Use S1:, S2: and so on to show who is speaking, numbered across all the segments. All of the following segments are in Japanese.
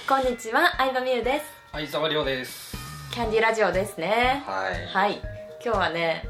S1: こんにちは、相葉美優です。
S2: 相沢亮です。
S1: キャンディラジオですね。
S2: はい、
S1: 今日はね、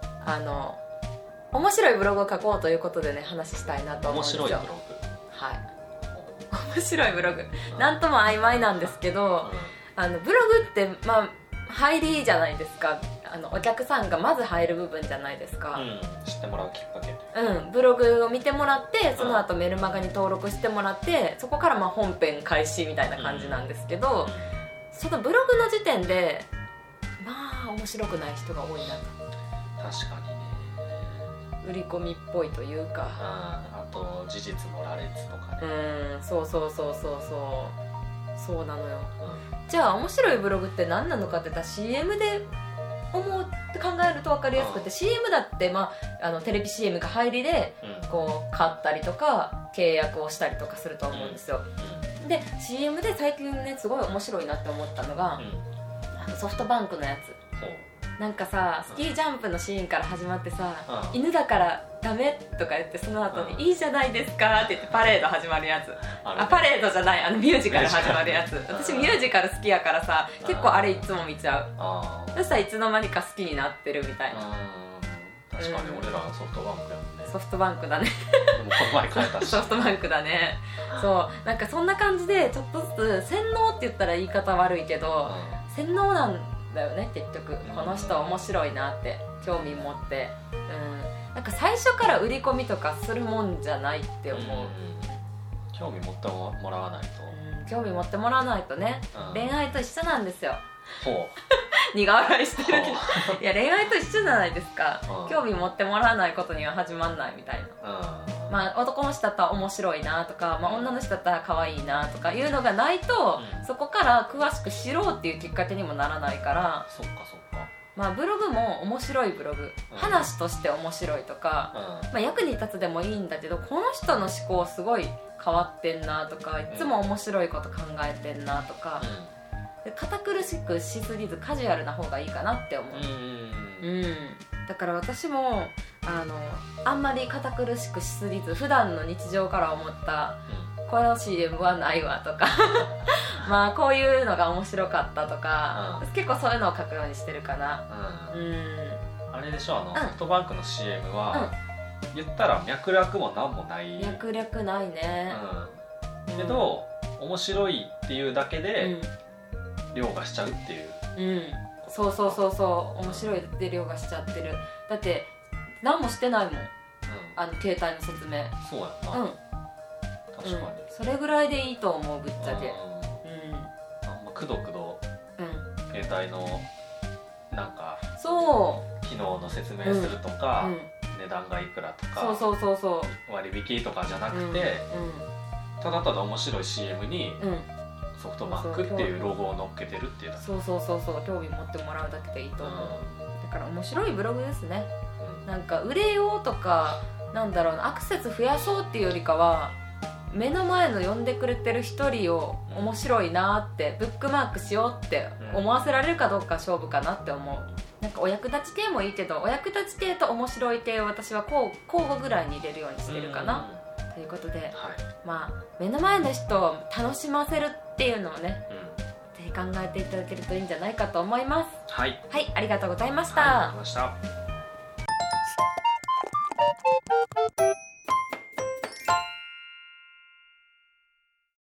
S1: 面白いブログを書こうということでね、話したいなと思うんですよ。
S2: 面白いブログ。
S1: はい。面白いブログ、なんとも曖昧なんですけど、ブログって入りじゃないですか。お客さんがまず入る部分じゃないですか。
S2: 知ってもらうきっかけ。
S1: ブログを見てもらって、その後メルマガに登録してもらって、そこから本編開始みたいな感じなんですけど、そのブログの時点で面白くない人が多いなと。
S2: 確かにね。
S1: 売り込みっぽいというか、
S2: あと事実の羅列とかね。
S1: そうなのよ。じゃあ面白いブログって何なのかって言ったら CM で考えると分かりやすくて、CM だって、テレビ CM が入りでこう買ったりとか契約をしたりとかすると思うんですよ。で CM で最近ねすごい面白いなって思ったのが、ソフトバンクのやつ。なんかさ、スキージャンプのシーンから始まってさ、犬だからダメとか言って、その後にいいじゃないですかって言ってパレード始まるやつ。パレードじゃない、ミュージカル始まるやつ。私ミュージカル好きやからさ、結構あれいつも見ちゃう。そしたらいつの間にか好きになってるみたいな。
S2: 確かに俺らはソフトバンクやもんね。
S1: ソフトバンクだね。
S2: でもこの前変えたし。
S1: ソフトバンクだね。そう、なんかそんな感じでちょっとずつ洗脳って言ったら言い方悪いけど、洗脳なんだよね結局。この人面白いなって興味持って、なんか最初から売り込みとかするもんじゃないって思う。
S2: 興味持ってもらわないと、
S1: 興味持ってもらわないとね、恋愛と一緒なんですよ。苦笑いしてるけどいや恋愛と一緒じゃないですか。興味持ってもらわないことには始まんないみたいな。男の人だったら面白いなとか、女の人だったら可愛いなとかいうのがないと、そこから詳しく知ろうっていうきっかけにもならないから。
S2: そっか。
S1: ブログも面白いブログ、話として面白いとか、役に立つでもいいんだけど、この人の思考すごい変わってんなとか、いつも面白いこと考えてんなとか、堅苦しくしすぎずカジュアルな方がいいかなって思う。だから私もあんまり堅苦しくしすぎず、普段の日常から思ったこの CM はないわとかこういうのが面白かったとか、結構そういうのを書くようにしてるかな。
S2: あれでしょ、ソフトバンクの CM は、言ったら脈絡も何もない。
S1: 脈絡ないね。
S2: けど面白いっていうだけで凌駕しちゃうっていう。
S1: そう面白いって凌駕しちゃってる。だって何もしてないもん、携帯の説明。
S2: そうやな。確かに、
S1: それぐらいでいいと思う、ぶっちゃけ。
S2: くどくど携帯のなんか機能の説明するとか、値段がいくらとか割引とかじゃなくて、ただただ面白い CM にソフトバンクっていうロゴを乗っけてるっていうだけ。
S1: 興味持ってもらうだけでいいと思う。だから面白いブログですね。なんか売れようとか、なんだろうな、アクセス増やそうっていうよりかは、目の前の読んでくれてる一人を面白いなってブックマークしようって思わせられるかどうか勝負かなって思う。なんかお役立ち系もいいけど、お役立ち系と面白い系を私は交互ぐらいに入れるようにしてるかな。ということで、目の前の人を楽しませるっていうのをね、ぜひ考えていただけるといいんじゃないかと思います。
S2: はい、
S1: ありがとうございました。